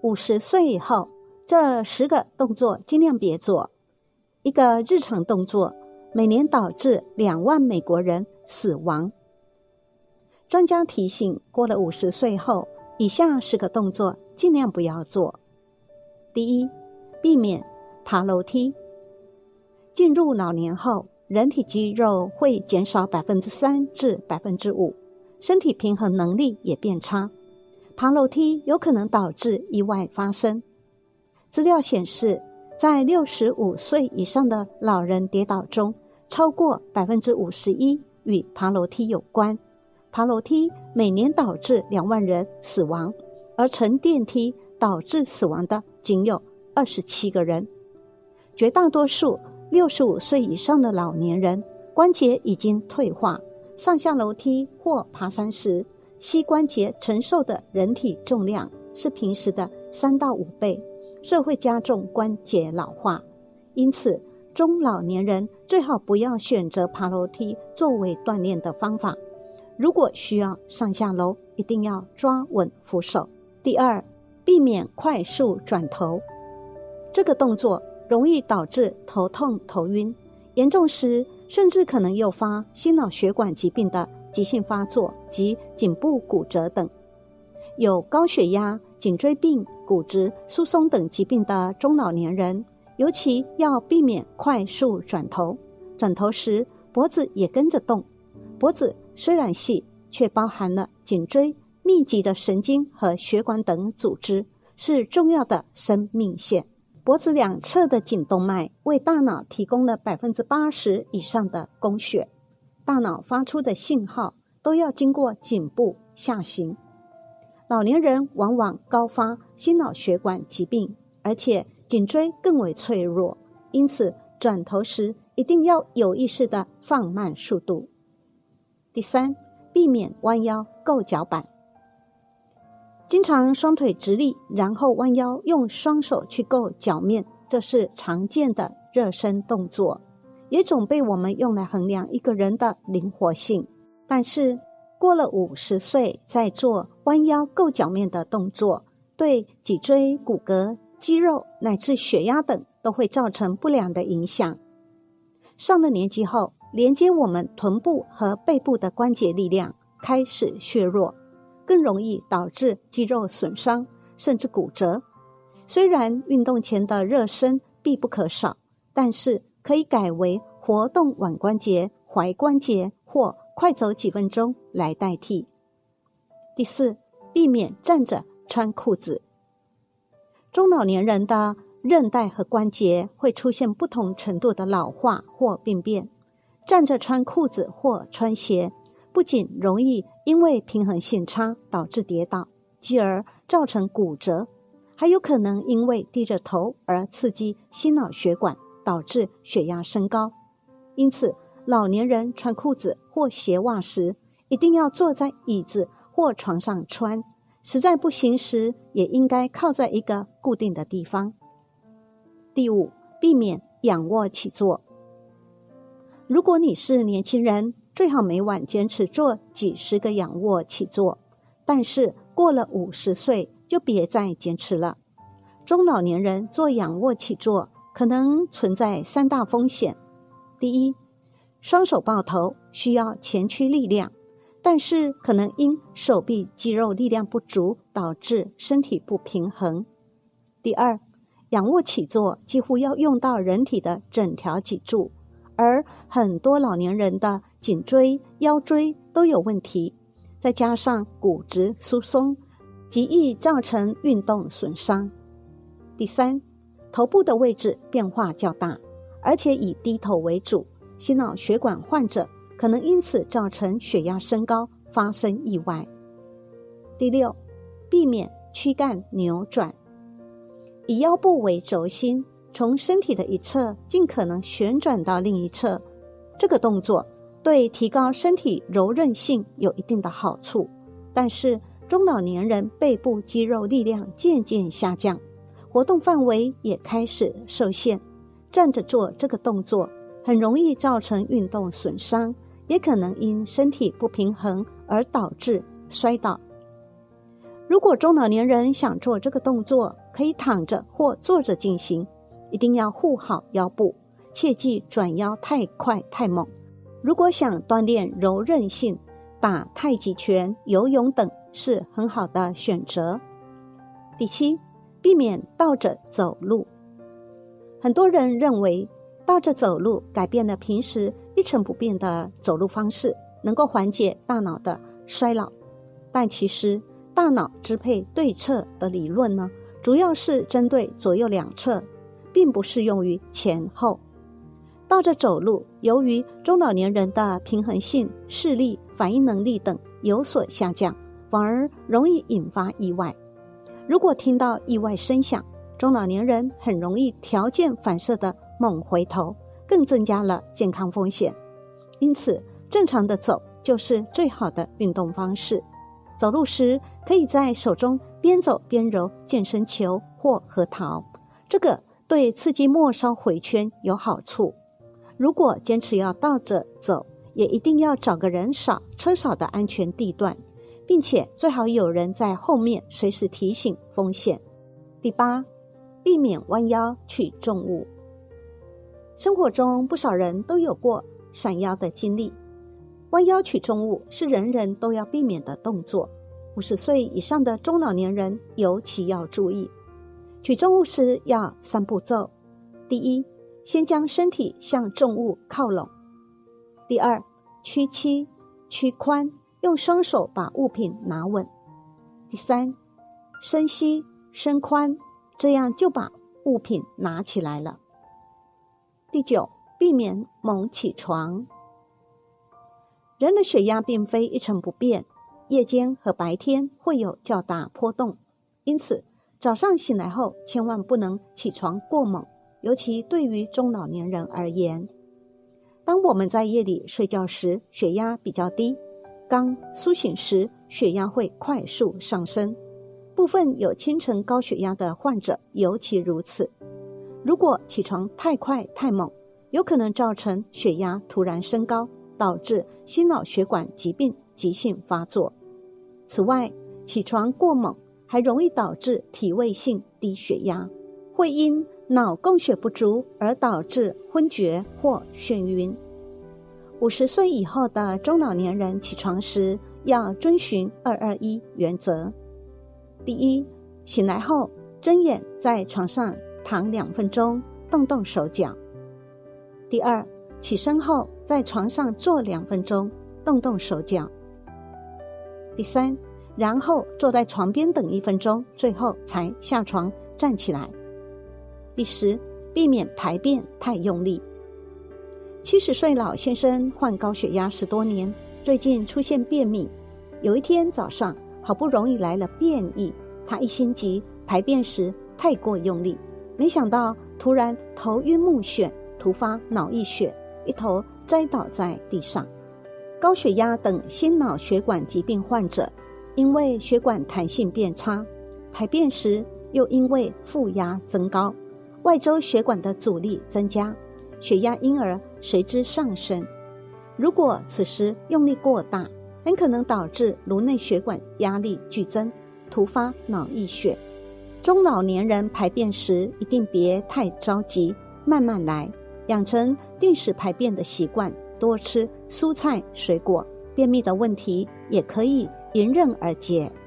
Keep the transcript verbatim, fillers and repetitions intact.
五十岁以后，这十个动作尽量别做。一个日常动作每年导致两万美国人死亡。专家提醒，过了五十岁后，以下十个动作尽量不要做。第一，避免爬楼梯。进入老年后，人体肌肉会减少 百分之三 至 百分之五， 身体平衡能力也变差，爬楼梯有可能导致意外发生。资料显示，在六十五岁以上的老人跌倒中，超过 百分之五十一 与爬楼梯有关。爬楼梯每年导致两万人死亡，而乘电梯导致死亡的仅有二十七个人。绝大多数六十五岁以上的老年人关节已经退化，上下楼梯或爬山时，膝关节承受的人体重量是平时的三到五倍，这会加重关节老化。因此，中老年人最好不要选择爬楼梯作为锻炼的方法。如果需要上下楼，一定要抓稳扶手。第二，避免快速转头。这个动作容易导致头痛、头晕，严重时甚至可能诱发心脑血管疾病的急性发作及颈部骨折等。有高血压、颈椎病、骨质疏松等疾病的中老年人，尤其要避免快速转头。转头时，脖子也跟着动。脖子虽然细，却包含了颈椎、密集的神经和血管等组织，是重要的生命线。脖子两侧的颈动脉为大脑提供了 百分之八十 以上的供血，大脑发出的信号都要经过颈部下行。老年人往往高发心脑血管疾病，而且颈椎更为脆弱，因此转头时一定要有意识地放慢速度。第三，避免弯腰够脚板。经常双腿直立，然后弯腰用双手去够脚面，这是常见的热身动作，也总被我们用来衡量一个人的灵活性。但是过了五十岁再做弯腰够脚面的动作，对脊椎、骨骼、肌肉乃至血压等都会造成不良的影响。上了年纪后，连接我们臀部和背部的关节力量开始削弱，更容易导致肌肉损伤甚至骨折。虽然运动前的热身必不可少，但是可以改为活动腕关节、踝关节或快走几分钟来代替。第四，避免站着穿裤子。中老年人的韧带和关节会出现不同程度的老化或病变，站着穿裤子或穿鞋，不仅容易因为平衡性差导致跌倒，继而造成骨折，还有可能因为低着头而刺激心脑血管，导致血压升高。因此，老年人穿裤子或鞋袜时，一定要坐在椅子或床上穿，实在不行时，也应该靠在一个固定的地方。第五，避免仰卧起坐。如果你是年轻人，最好每晚坚持做几十个仰卧起坐，但是过了五十岁就别再坚持了。中老年人做仰卧起坐可能存在三大风险。第一，双手抱头需要前驱力量，但是可能因手臂肌肉力量不足导致身体不平衡。第二，仰卧起坐几乎要用到人体的整条脊柱，而很多老年人的颈椎、腰椎都有问题，再加上骨质疏松，极易造成运动损伤。第三，头部的位置变化较大，而且以低头为主，心脑血管患者可能因此造成血压升高，发生意外。第六，避免躯干扭转。以腰部为轴心，从身体的一侧尽可能旋转到另一侧，这个动作对提高身体柔韧性有一定的好处。但是中老年人背部肌肉力量渐渐下降，活动范围也开始受限，站着做这个动作很容易造成运动损伤，也可能因身体不平衡而导致摔倒。 如果中老年人想做这个动作，可以躺着或坐着进行，一定要护好腰部，切忌转腰太快太猛。如果想锻炼柔韧性，打太极拳、游泳等是很好的选择。第七，避免倒着走路。很多人认为倒着走路改变了平时一成不变的走路方式，能够缓解大脑的衰老，但其实大脑支配对侧的理论呢，主要是针对左右两侧，并不适用于前后。倒着走路，由于中老年人的平衡性、视力、反应能力等有所下降，反而容易引发意外。如果听到意外声响，中老年人很容易条件反射的猛回头，更增加了健康风险。因此，正常的走就是最好的运动方式。走路时，可以在手中边走边揉健身球或核桃，这个对刺激末梢回圈有好处。如果坚持要倒着走，也一定要找个人少、车少的安全地段，并且最好有人在后面随时提醒风险。第八，避免弯腰取重物。生活中不少人都有过闪腰的经历，弯腰取重物是人人都要避免的动作，五十岁以上的中老年人尤其要注意。取重物时要三步骤：第一，先将身体向重物靠拢；第二，屈膝屈髋，用双手把物品拿稳；第三，深膝深髋，这样就把物品拿起来了。第九，避免猛起床。人的血压并非一成不变，夜间和白天会有较大波动，因此早上醒来后千万不能起床过猛，尤其对于中老年人而言。当我们在夜里睡觉时，血压比较低，刚苏醒时血压会快速上升，部分有清晨高血压的患者尤其如此。如果起床太快太猛，有可能造成血压突然升高，导致心脑血管疾病急性发作。此外，起床过猛还容易导致体位性低血压，会因脑供血不足而导致昏厥或眩晕。五十岁以后的中老年人起床时要遵循二二一原则。第一，醒来后睁眼在床上躺两分钟，动动手脚。第二，起身后在床上坐两分钟，动动手脚。第三，然后坐在床边等一分钟，最后才下床站起来。第十，避免排便太用力。七十岁老先生患高血压十多年，最近出现便秘。有一天早上，好不容易来了便意，他一心急，排便时太过用力，没想到突然头晕目眩，突发脑溢血，一头栽倒在地上。高血压等心脑血管疾病患者，因为血管弹性变差，排便时又因为负压增高，外周血管的阻力增加，血压因而随之上升。如果此时用力过大，很可能导致颅内血管压力剧增，突发脑溢血。中老年人排便时一定别太着急，慢慢来，养成定时排便的习惯，多吃蔬菜水果，便秘的问题也可以迎刃而解。